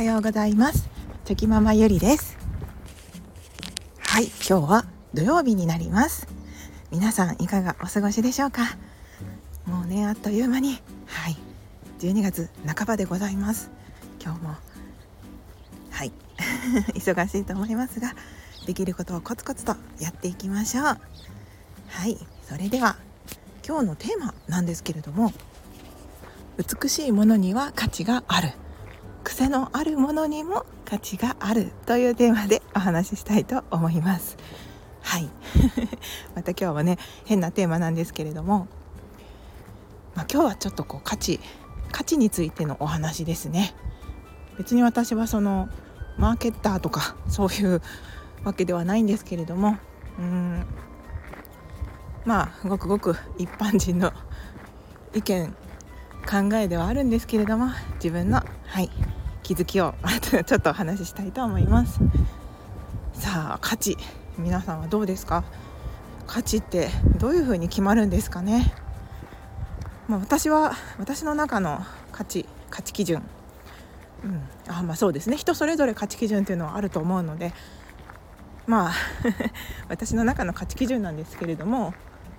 はようございます。チョキママゆりです。はい、今日は土曜日になります。皆さんいかがお過ごしでしょうか。もうね、あっという間に12月半ばでございます。今日も忙しいと思いますが、できることをコツコツとやっていきましょう。それでは今日のテーマなんですけれども、美しいものには価値がある、癖のあるものにも価値があるというテーマでお話ししたいと思います。また今日はね、変なテーマなんですけれども、今日はちょっと価値についてのお話ですね。別に私はそのマーケッターとかそういうわけではないんですけれども、ごくごく一般人の意見考えではあるんですけれども、自分の気づきをちょっとお話ししたいと思います。さあ、価値、皆さんはどうですか？価値ってどういうふうに決まるんですかね。私の中の価値基準、そうですね、人それぞれ価値基準というのはあると思うので、私の中の価値基準なんですけれども、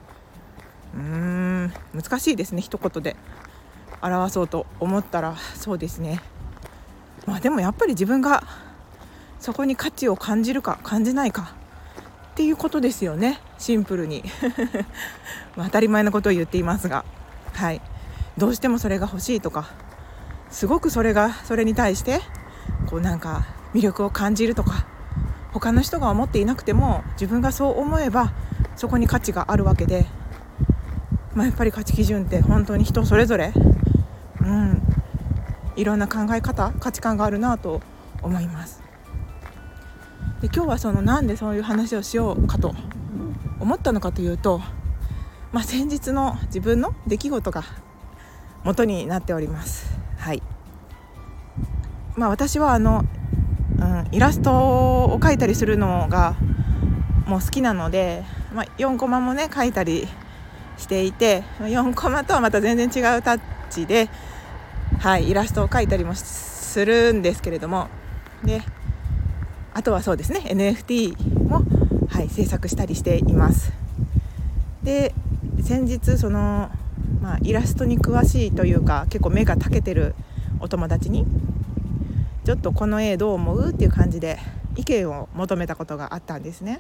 難しいですね、一言で表そうと思ったら。そうですね、でもやっぱり自分がそこに価値を感じるか感じないかっていうことですよね、シンプルに当たり前のことを言っていますが、どうしてもそれが欲しいとか、すごくそれに対して魅力を感じるとか、他の人が思っていなくても自分がそう思えばそこに価値があるわけで、やっぱり価値基準って本当に人それぞれいろんな考え方、価値観があるなと思います。で、今日はなんでそういう話をしようかと思ったのかというと、先日の自分の出来事が元になっております。私はイラストを描いたりするのがもう好きなので、4コマもね描いたりしていて、4コマとはまた全然違うタッチでイラストを描いたりもするんですけれども、であとはそうですね、 NFT も制作したりしています。で、先日イラストに詳しいというか、結構目が長けてるお友達にちょっとこの絵どう思うっていう感じで意見を求めたことがあったんですね。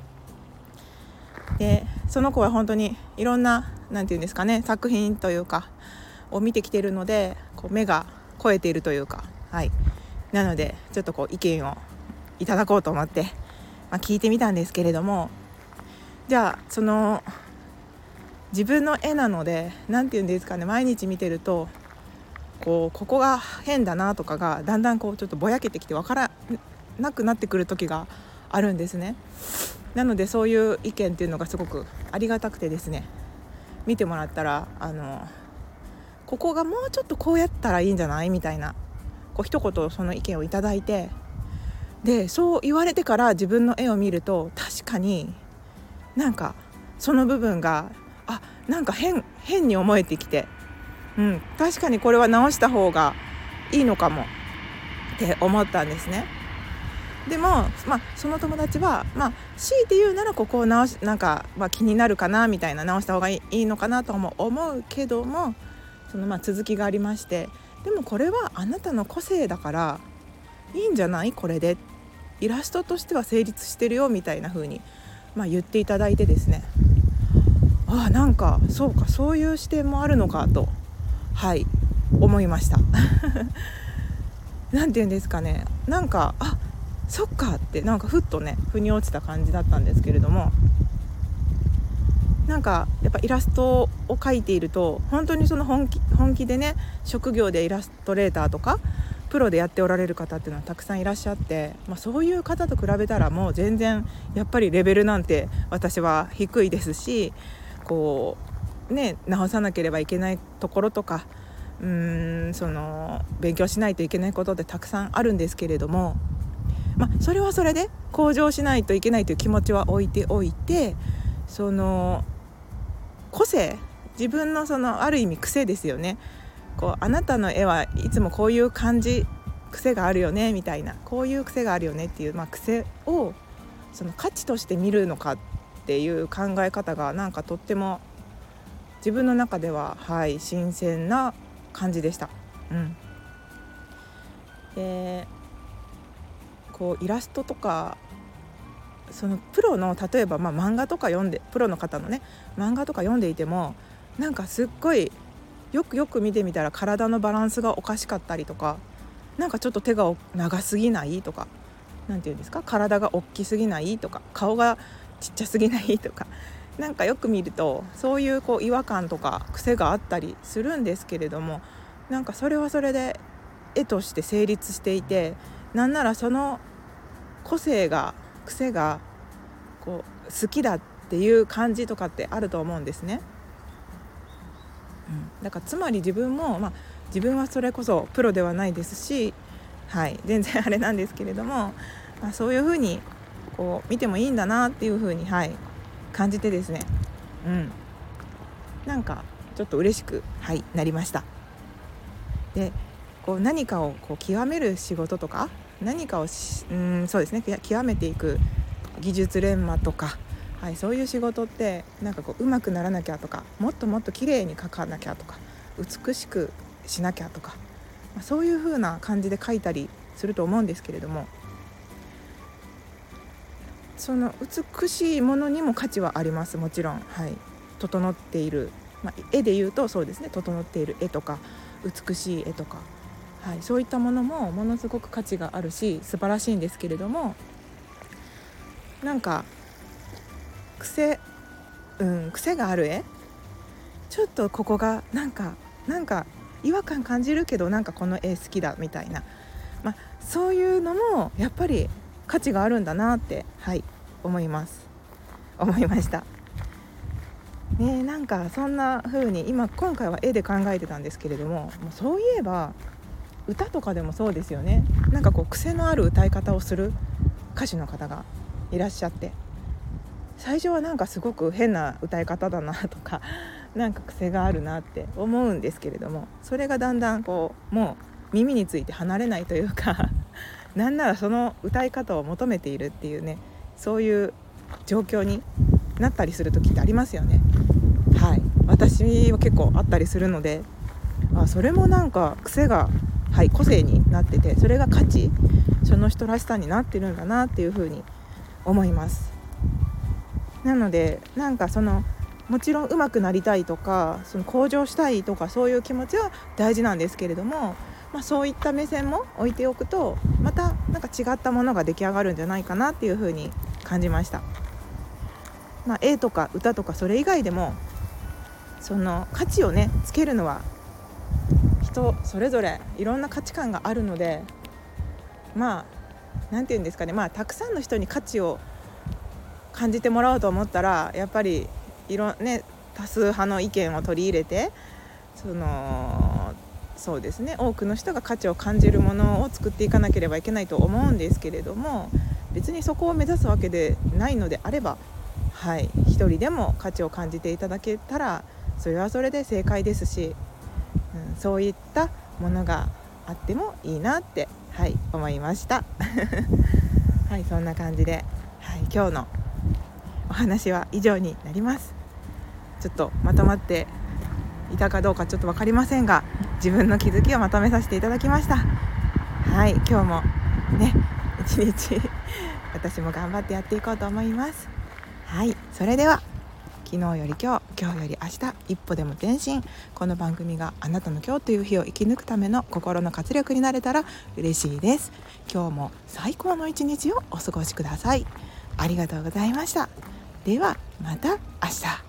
で、その子は本当にいろんな作品というかを見てきているので、目が肥えているというか、なのでちょっと意見をいただこうと思って、聞いてみたんですけれども、じゃあ自分の絵なので毎日見てるとここが変だなとかがだんだんちょっとぼやけてきて分からなくなってくる時があるんですね。なのでそういう意見っていうのがすごくありがたくてですね、見てもらったらここがもうちょっとこうやったらいいんじゃないみたいな一言その意見をいただいて、でそう言われてから自分の絵を見ると、確かにその部分が変に思えてきて、確かにこれは直した方がいいのかもって思ったんですね。でも、その友達は、強いて言うならここを直し気になるかなみたいな、直した方がいいのかなとも思うけども、続きがありまして、でもこれはあなたの個性だからいいんじゃない、これでイラストとしては成立してるよみたいな風に、言っていただいてですね、そうか、そういう視点もあるのかと思いましたなんていうんですかね、そっかってふっとね腑に落ちた感じだったんですけれども、やっぱイラストを描いていると本当に本気でね、職業でイラストレーターとかプロでやっておられる方っていうのはたくさんいらっしゃって、そういう方と比べたらもう全然やっぱりレベルなんて私は低いですし、直さなければいけないところとか勉強しないといけないことってたくさんあるんですけれども、それはそれで向上しないといけないという気持ちは置いておいて、個性、自分のある意味癖ですよね。あなたの絵はいつもこういう感じ癖があるよねみたいな、こういう癖があるよねっていう、癖をその価値として見るのかっていう考え方がなんかとっても自分の中では、新鮮な感じでした。でこうイラストとかそのプロの例えば漫画とか読んで、プロの方のね漫画とか読んでいてもなんかすっごいよく見てみたら体のバランスがおかしかったりとか、なんかちょっと手が長すぎないとか、なんていうんですか、体が大きすぎないとか、顔がちっちゃすぎないとか、なんかよく見るとそういう違和感とか癖があったりするんですけれども、なんかそれはそれで絵として成立していて、なんならその癖が好きだっていう感じとかってあると思うんですね。だからつまり自分も、自分はそれこそプロではないですし、全然あれなんですけれども、そういうふうに見てもいいんだなっていうふうに、感じてですね、なんかちょっと嬉しく、なりました。で何かを極める仕事とか、何かをそうですね、極めていく技術錬磨とか、そういう仕事ってなんか上手くならなきゃとか、もっともっと綺麗に描かなきゃとか、美しくしなきゃとか、そういう風な感じで描いたりすると思うんですけれども、その美しいものにも価値はあります。もちろん、整っている、絵で言うとそうですね、整っている絵とか美しい絵とか、そういったものもものすごく価値があるし素晴らしいんですけれども、なんか癖がある絵、ちょっとここがなんか違和感感じるけど、なんかこの絵好きだみたいな、そういうのもやっぱり価値があるんだなって、思いましたね。なんかそんな風に今回は絵で考えてたんですけれども、そういえば歌とかでもそうですよね。なんか癖のある歌い方をする歌手の方がいらっしゃって、最初はなんかすごく変な歌い方だなとか、なんか癖があるなって思うんですけれども、それがだんだんもう耳について離れないというかなんならその歌い方を求めているっていうね、そういう状況になったりする時ってありますよね。私は結構あったりするので、それもなんか癖が、個性になってて、それが価値、その人らしさになってるんだなっていうふうに思います。なのでなんかもちろん上手くなりたいとか、その向上したいとか、そういう気持ちは大事なんですけれども、そういった目線も置いておくと、またなんか違ったものが出来上がるんじゃないかなっていうふうに感じました。絵とか歌とかそれ以外でも、その価値をねつけるのは人それぞれいろんな価値観があるので、なんていうんですかね、たくさんの人に価値を感じてもらおうと思ったら、やっぱり多数派の意見を取り入れて、そうですね、多くの人が価値を感じるものを作っていかなければいけないと思うんですけれども、別にそこを目指すわけでないのであれば、一人でも価値を感じていただけたらそれはそれで正解ですし、そういったものがあってもいいなって、思いましたそんな感じで、今日のお話は以上になります。ちょっとまとまっていたかどうかちょっと分かりませんが、自分の気づきをまとめさせていただきました。今日もね一日私も頑張ってやっていこうと思います。それでは昨日より今日より明日、一歩でも前進。この番組があなたの今日という日を生き抜くための心の活力になれたら嬉しいです。今日も最高の一日をお過ごしください。ありがとうございました。ではまた明日。